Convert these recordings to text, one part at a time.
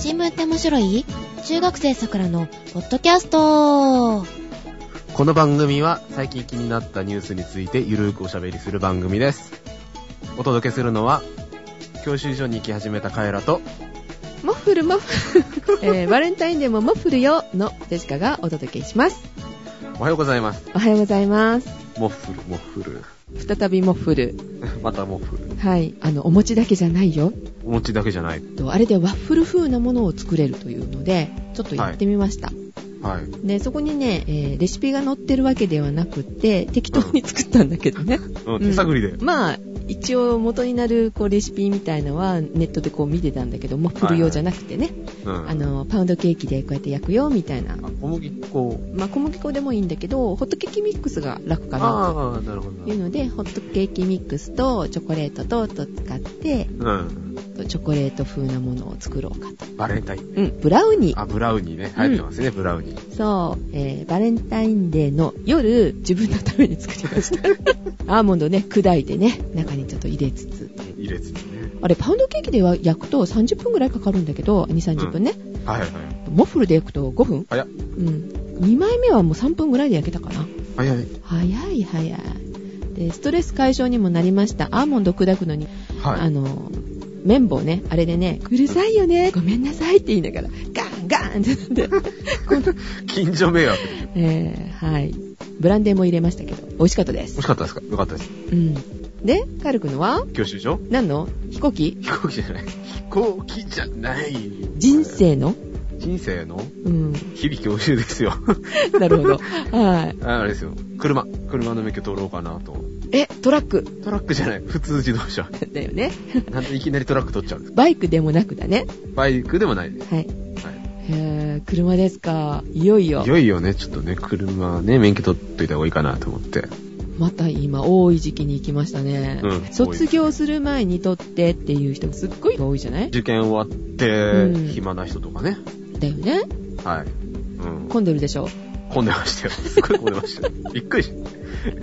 新聞って面白い？中学生さくらのポッドキャスト。 この番組は最近気になったニュースについてゆるーくおしゃべりする番組です。お届けするのは教習所に行き始めたカエラとモッフルバレンタインデーもモッフルよのジェシカがお届けします。 おはようございます。 おはようございます。 モッフル再びモッフルまたモッフル。 はい、お餅だけじゃないよ。 お餅だけじゃない。 あれでワッフル風なものを作れるというのでちょっとやってみました。はい。でそこにね、レシピが載ってるわけではなくって適当に作ったんだけどね。 手探りで。 まあ一応元になるレシピみたいのはネットで見てたんだけども、フル用じゃなくてね、パウンドケーキでこうやって焼くよみたいな。 小麦粉。 まあ小麦粉でもいいんだけど、ホットケーキミックスが楽かなというので、ホットケーキミックスとチョコレートと使って、チョコレート風なものを作ろうかと。 バレンタイン。 ブラウニー。 ブラウニーね。入ってますね、ブラウニー。 そう、バレンタインデーの夜、自分のために作りました。アーモンドね、砕いてね、中にちょっと入れつつね。あれ、パウンドケーキでは焼くと30分ぐらいかかるんだけど、2、30分ね。 はいはい。 モッフルで焼くと5分？ 早っ。 2枚目はもう3分ぐらいで焼けたかな。早い。で、ストレス解消にもなりました。アーモンド砕くのに、綿棒ね、あれでね、うるさいよね、ごめんなさいって言いながら、ガンってなって。 近所迷惑。 はい。ブランデーも入れましたけど、美味しかったです。 美味しかったですか？よかったです。 で、カルくのは教習所？ 何の？飛行機じゃない。飛行機じゃない。 人生の日々教習ですよ。 なるほど。はい。 あれですよ。車の免許取ろうかなと。 トラックじゃない。普通自動車。 だよね。 なんでいきなりトラック取っちゃうんですか？ バイクでもなくだね。 バイクでもないです。 はい。車ですか。いよいよね、ちょっとね、車ね、免許取っといた方がいいかなと思って。 また今多い時期に行きましたね。卒業する前に取ってっていう人がすっごい多いじゃない？受験終わって、暇な人とかね。 だよね。 はい。 混んでるでしょ？ 混んでましたよ。すっごい混んでました。びっくりした。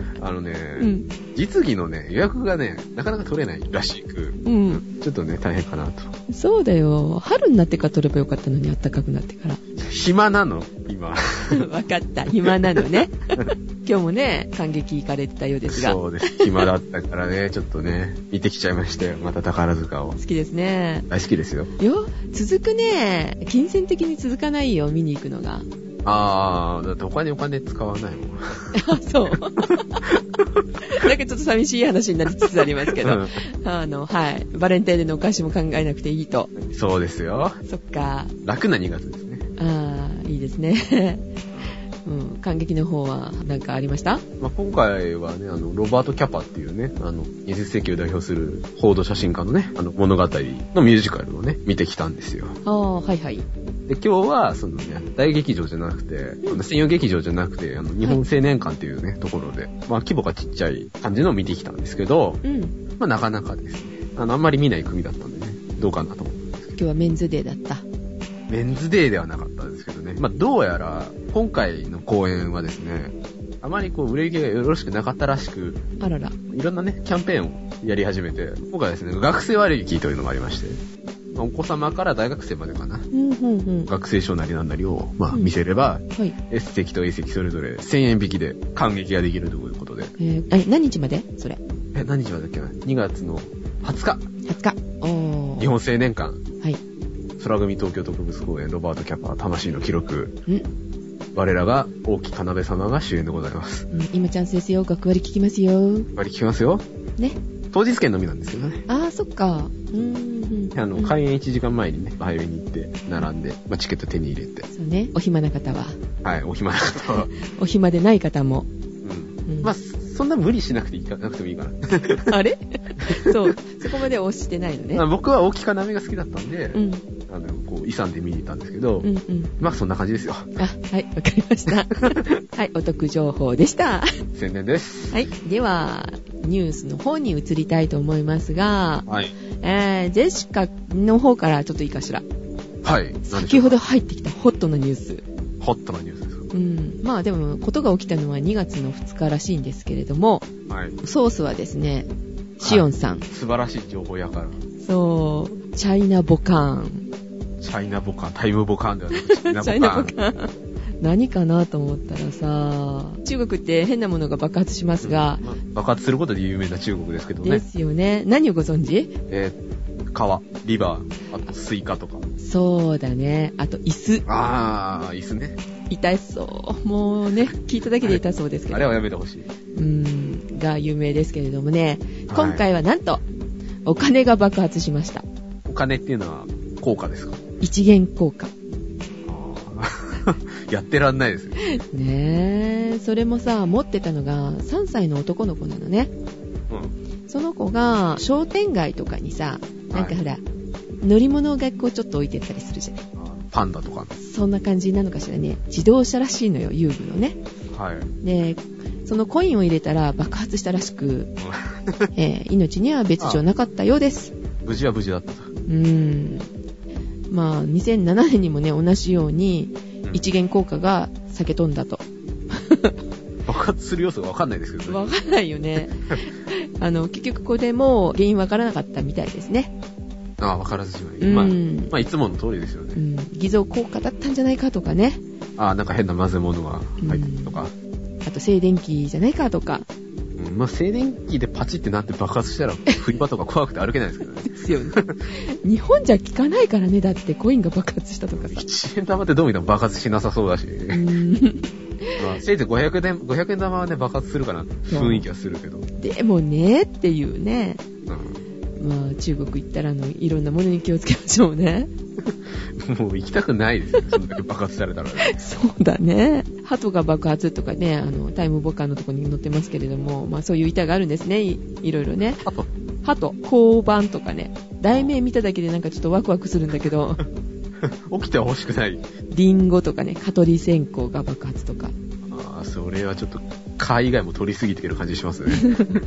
実技のね、予約がね、なかなか取れないらしく、ちょっとね、大変かなと。 そうだよ。春になってから取ればよかったのに、暖かくなってから。 暇なの今。 わかった。暇なのね。今日もね、感激行かれてたようですが。 そうです。暇だったからね、ちょっとね、見てきちゃいましたよ。また宝塚を。 好きですね。 大好きですよ。 続くね。金銭的に続かないよ、見に行くのが。 だって他にお金使わないもん。 そう。なんかちょっと寂しい話になりつつありますけど。はい。バレンタインデーのお菓子も考えなくていいと。 そうですよ。 そっか。 楽な2月ですね。 いいですね。感激の方は何かありました？ 今回はね、ロバート・キャパっていうね、20世紀を代表する報道写真家のね、物語のミュージカルをね、見てきたんですよ。 はいはい。 で、今日は、大劇場じゃなくて、専用劇場じゃなくて、日本青年館っていうね、ところで、規模がちっちゃい感じのを見てきたんですけど、なかなかですね、あんまり見ない組だったんでね、どうかなと思うんですけど。 今日はメンズデーだった。 メンズデーではなかったんですけどね。どうやら、今回の公演はですね、あまり売れ行きがよろしくなかったらしく、 あらら。 いろんなね、キャンペーンをやり始めて、今回はですね、学生割引というのがありまして、お子様から大学生までかな。学生証なりなんなりを、見せれば、S 席と A 席それぞれ1000円引きで感激ができるということで。 何日までそれ。 何日までだっけな ?2 月の20日。日本青年館。はい。空組東京特別公演ロバート・キャパ魂の記録。我らが大木かなべ様が主演でございます。 今チャンスですよ。学割聞きますよ。 割聞きますよ。 ね。 当日券のみなんですけどね。 そっか。 開演1時間前にね、早めに行って、並んで、チケット手に入れて。 そうね。お暇な方は。 はい、お暇な方は。 お暇でない方も。 そんな無理しなくてなくてもいいかな。 あれそう。そこまで押してないのね。 僕は大きかなめが好きだったんで、遺産で見に行ったんですけど、そんな感じですよ。 はい、わかりました。はい、お得情報でした。 宣伝です。 はい、では、ニュースの方に移りたいと思いますが、ジェシカの方からちょっといいかしら。 はい。 先ほど入ってきたホットなニュース。 ホットなニュースですか？ でも、ことが起きたのは2月の2日らしいんですけれども、ソースはですね、シオンさん。 素晴らしい情報やから。 そう、チャイナボカーン。 チャイナボカン、タイムボカンではなくチャイナボカン。チャイナボカン。 何かなと思ったらさ、中国って変なものが爆発しますが、 爆発することで有名な中国ですけどね。 ですよね。何をご存知？ 川、リバー、あとスイカとか。 そうだね。あと椅子。 椅子ね。 痛そう。もうね、聞いただけで痛そうですけど。 あれはやめてほしい。 が有名ですけれどもね、今回はなんと、お金が爆発しました。 お金っていうのは効果ですか？ 一元効果。 やってらんないですね。 ねえ、それもさ、持ってたのが3歳の男の子なのね。その子が商店街とかにさ、なんかほら、乗り物がこうちょっと置いてったりするじゃない。 パンダとか。 そんな感じなのかしらね。自動車らしいのよ、遊具のね。 はい。 で、そのコインを入れたら爆発したらしく、命には別状なかったようです。 無事は無事だった。 まあ、2007年にもね、同じように、一元効果が避け飛んだと。 爆発する要素が分かんないですけどね。 分かんないよね。結局これも原因分からなかったみたいですね。 分からずじまい。まあ、いつもの通りですよね。 偽造効果だったんじゃないかとかね。 なんか変な混ぜ物が入ってるとか。 あと静電気じゃないかとか。 まあ、静電気でパチってなって爆発したら、振り場とか怖くて歩けないですけどね。 ですよね。日本じゃ効かないからね、だってコインが爆発したとかさ。 1円玉ってどう見ても爆発しなさそうだし。まあ、せいぜい500円玉はね、爆発するかな、雰囲気はするけど。 でもね、っていうね。まあ、中国行ったらいろんなものに気をつけましょうね。 もう行きたくないですよね、そんだけ爆発されたらね。 そうだね。鳩が爆発とかね、タイムボカンのとこに載ってますけれども、まあそういう板があるんですね、いろいろね。鳩、交番とかね。題名見ただけでなんかちょっとワクワクするんだけど。 起きては欲しくない。 リンゴとかね、蚊取り線香が爆発とか。 それはちょっと、蚊以外も取りすぎてる感じしますね。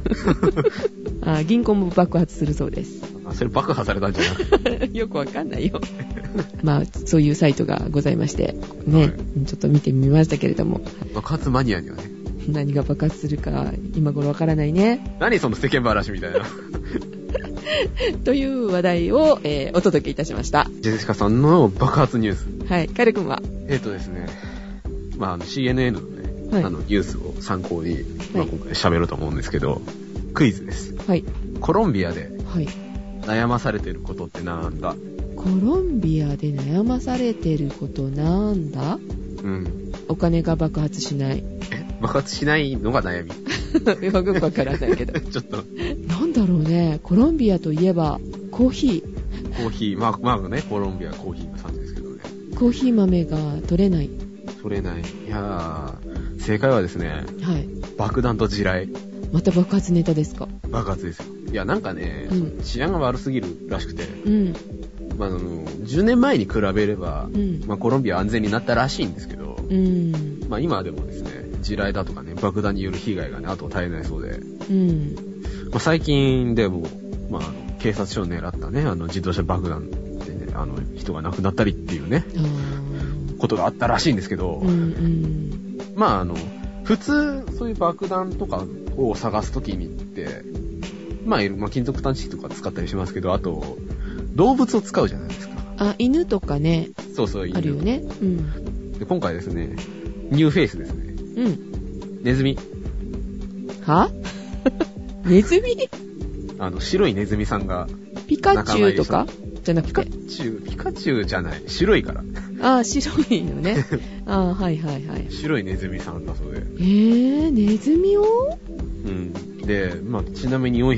銀行も爆発するそうです。 それ爆破されたんじゃなくて。 よくわかんないよ。まあ、そういうサイトがございまして、ね、ちょっと見てみましたけれども。 爆発マニアにはね。 何が爆発するか、今頃わからないね。 何その世間話みたいな。 という話題を、お届けいたしました。 ジェシカさんの爆発ニュース。 はい、カエル君はですね、まあ、CNN のね、ニュースを参考に、今回喋ると思うんですけど、クイズです。 はい。 コロンビアで悩まされてることってなんだ？ コロンビアで悩まされてることなんだ？お金が爆発しない。 爆発しないのが悩み。 よくわからないけど。 ちょっと。 なんだろうね。コロンビアといえば、コーヒー。コーヒー。まあね、コロンビアコーヒーの産地ですけどね。 コーヒー豆が取れない。 取れない。いやー、正解はですね。はい。爆弾と地雷。 また爆発ネタですか？ 爆発ですよ。いや、なんかね、治安が悪すぎるらしくて。まあ、10年前に比べれば、まあ、コロンビア安全になったらしいんですけど、まあ、今でもですね、地雷だとかね、爆弾による被害がね、あとは絶えないそうで、まあ、最近でも、まあ、警察署を狙ったね、自動車爆弾でね、人が亡くなったりっていうね、ことがあったらしいんですけど、まあ、普通、そういう爆弾とかを探すときにって、まあ、金属探知機とか使ったりしますけど、あと、動物を使うじゃないですか。 犬とかね。 そう、犬。 あるよね。 で、今回ですね、ニューフェイスですね。ネズミ。 はネズミ？ 白いネズミさんが。 ピカチュウとかじゃなくて。 ピカチュウじゃない。白いから。 白いのね。はいはいはい。 白いネズミさんだそうで。 ネズミを？ で、まあ、ちなみに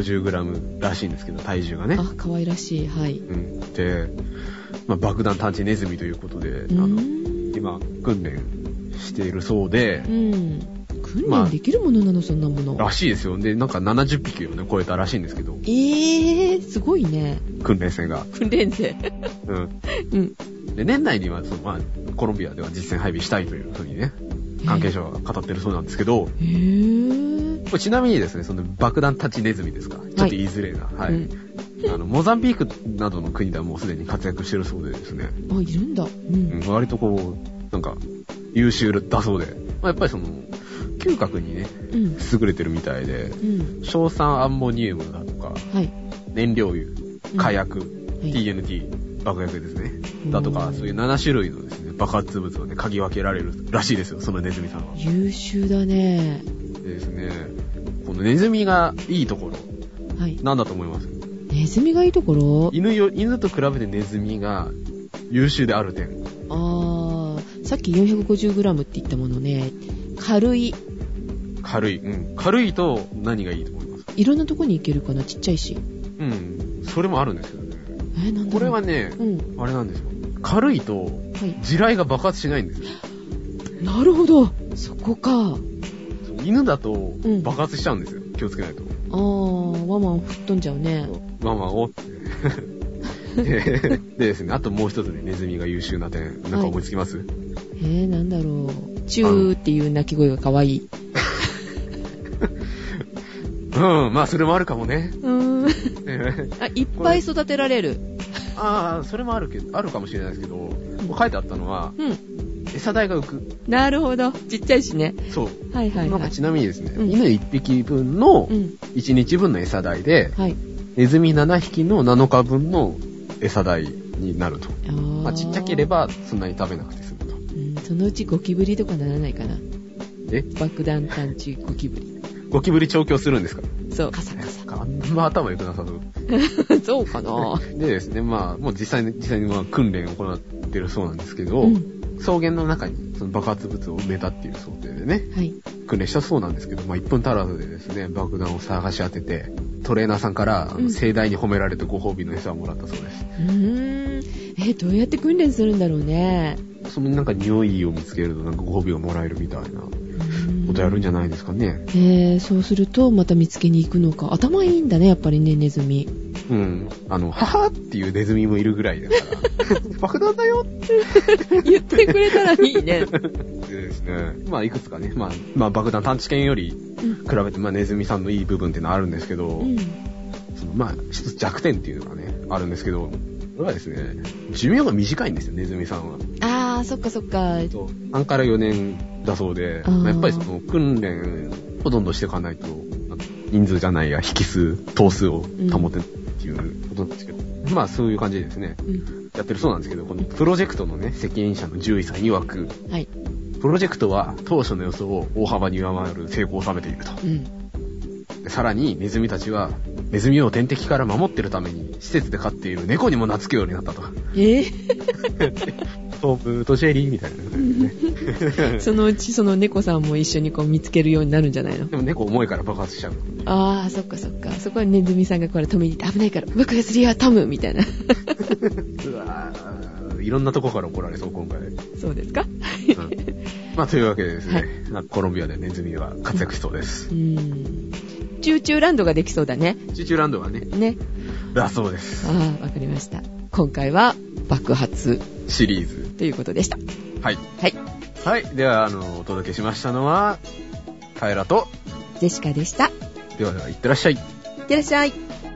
450g らしいんですけど、体重がね。 可愛らしい。はい。 で、まあ、爆弾探知ネズミということで、今、訓練しているそうで、 訓練できるものなの、そんなもの。 らしいですよ。で、なんか70匹をね、超えたらしいんですけど。 すごいね。 訓練生が。 訓練生。 で、年内には、まあ、コロンビアでは実戦配備したいというふうにね、関係者は語ってるそうなんですけど、これちなみにですね、その爆弾タチネズミですか、ちょっと言いづれな。はい。モザンビークなどの国ではもうすでに活躍してるそうでですね。 いるんだ。 割とこう、なんか、優秀だそうで。まあ、やっぱりその、嗅覚にね、優れてるみたいで、硝酸アンモニウムだとか、燃料油、火薬、TNT、 爆薬ですね。だとか、そういう7種類のですね、爆発物をね、嗅ぎ分けられるらしいですよ、そのネズミさんは。 優秀だね。 でですね、このネズミがいいところ。はい。なんだと思います？ ネズミがいいところ？ 犬と比べてネズミが優秀である点。 さっき 450g って言ったものね、軽い。 軽いと何がいいと思います？ いろんなとこに行けるかな、ちっちゃいし。 それもあるんですよね。 なんだろう。 これはね、あれなんですよ。軽いと、地雷が爆発しないんですよ。 なるほど。そこか。 犬だと爆発しちゃうんですよ。気をつけないと。 ワンワン吹っ飛んじゃうね。 ワンワンをって。でですね、あともう一つね、ネズミが優秀な点、なんか思いつきます？ なんだろう。チューっていう鳴き声が可愛い。 まあそれもあるかもね。 いっぱい育てられる。 それもあるかもしれないですけど、書いてあったのは、餌代が浮く。 なるほど。ちっちゃいしね。 そう。なんかちなみにですね、犬1匹分の1日分の餌代で、ネズミ7匹の7日分の餌代になると。ちっちゃければそんなに食べなくて済むと。 そのうちゴキブリとかならないかな。爆弾探知ゴキブリ。 ゴキブリ調教するんですか？ そう、カサカサ。 あんま頭良くなさそう。 そうかな。 でですね、もう実際に訓練を行ってるそうなんですけど、草原の中にその爆発物を埋めたっていう想定でね、訓練したそうなんですけど、1分足らずでですね、爆弾を探し当てて、トレーナーさんから盛大に褒められてご褒美の餌をもらったそうです。 どうやって訓練するんだろうね。 そのなんか匂いを見つけるとなんかご褒美がもらえるみたいなことやるんじゃないですかね。 そうするとまた見つけに行くのか。頭いいんだね、やっぱりね、ネズミ。 母っていうネズミもいるぐらいだから、爆弾だよって言ってくれたらいいね。 でですね、いくつかね、爆弾探知犬より比べて、ネズミさんのいい部分っていうのはあるんですけど、一つ弱点っていうのがね、あるんですけど、これはですね、寿命が短いんですよ、ネズミさんは。 そっかそっか。 3から4年だそうで、やっぱりその訓練をどんどんしていかないと、人数じゃないや、引数、頭数を保てっていうことなんですけど、そういう感じでですね、やってるそうなんですけど、このプロジェクトのね、責任者の獣医さん曰く、プロジェクトは当初の予想を大幅に上回る成功を収めていると。さらにネズミたちはネズミを天敵から守ってるために施設で飼っている猫にも懐くようになったと。トープとシェリーみたいな、 そのうちその猫さんも一緒に見つけるようになるんじゃないの？ でも猫重いから爆発しちゃう。 そっかそっか。そこはネズミさんがこれ止めに行って危ないから僕がすりゃトムみたいな。 いろんなとこから怒られそう今回。 そうですか？ というわけでですね、コロンビアでネズミが活躍しそうです。 チューチューランドができそうだね。 チューチューランドがね。だそうです。 わかりました。今回は爆発シリーズということでした。 はい。ではお届けしましたのはカエラとジェシカでした。 では、いってらっしゃい。 いってらっしゃい。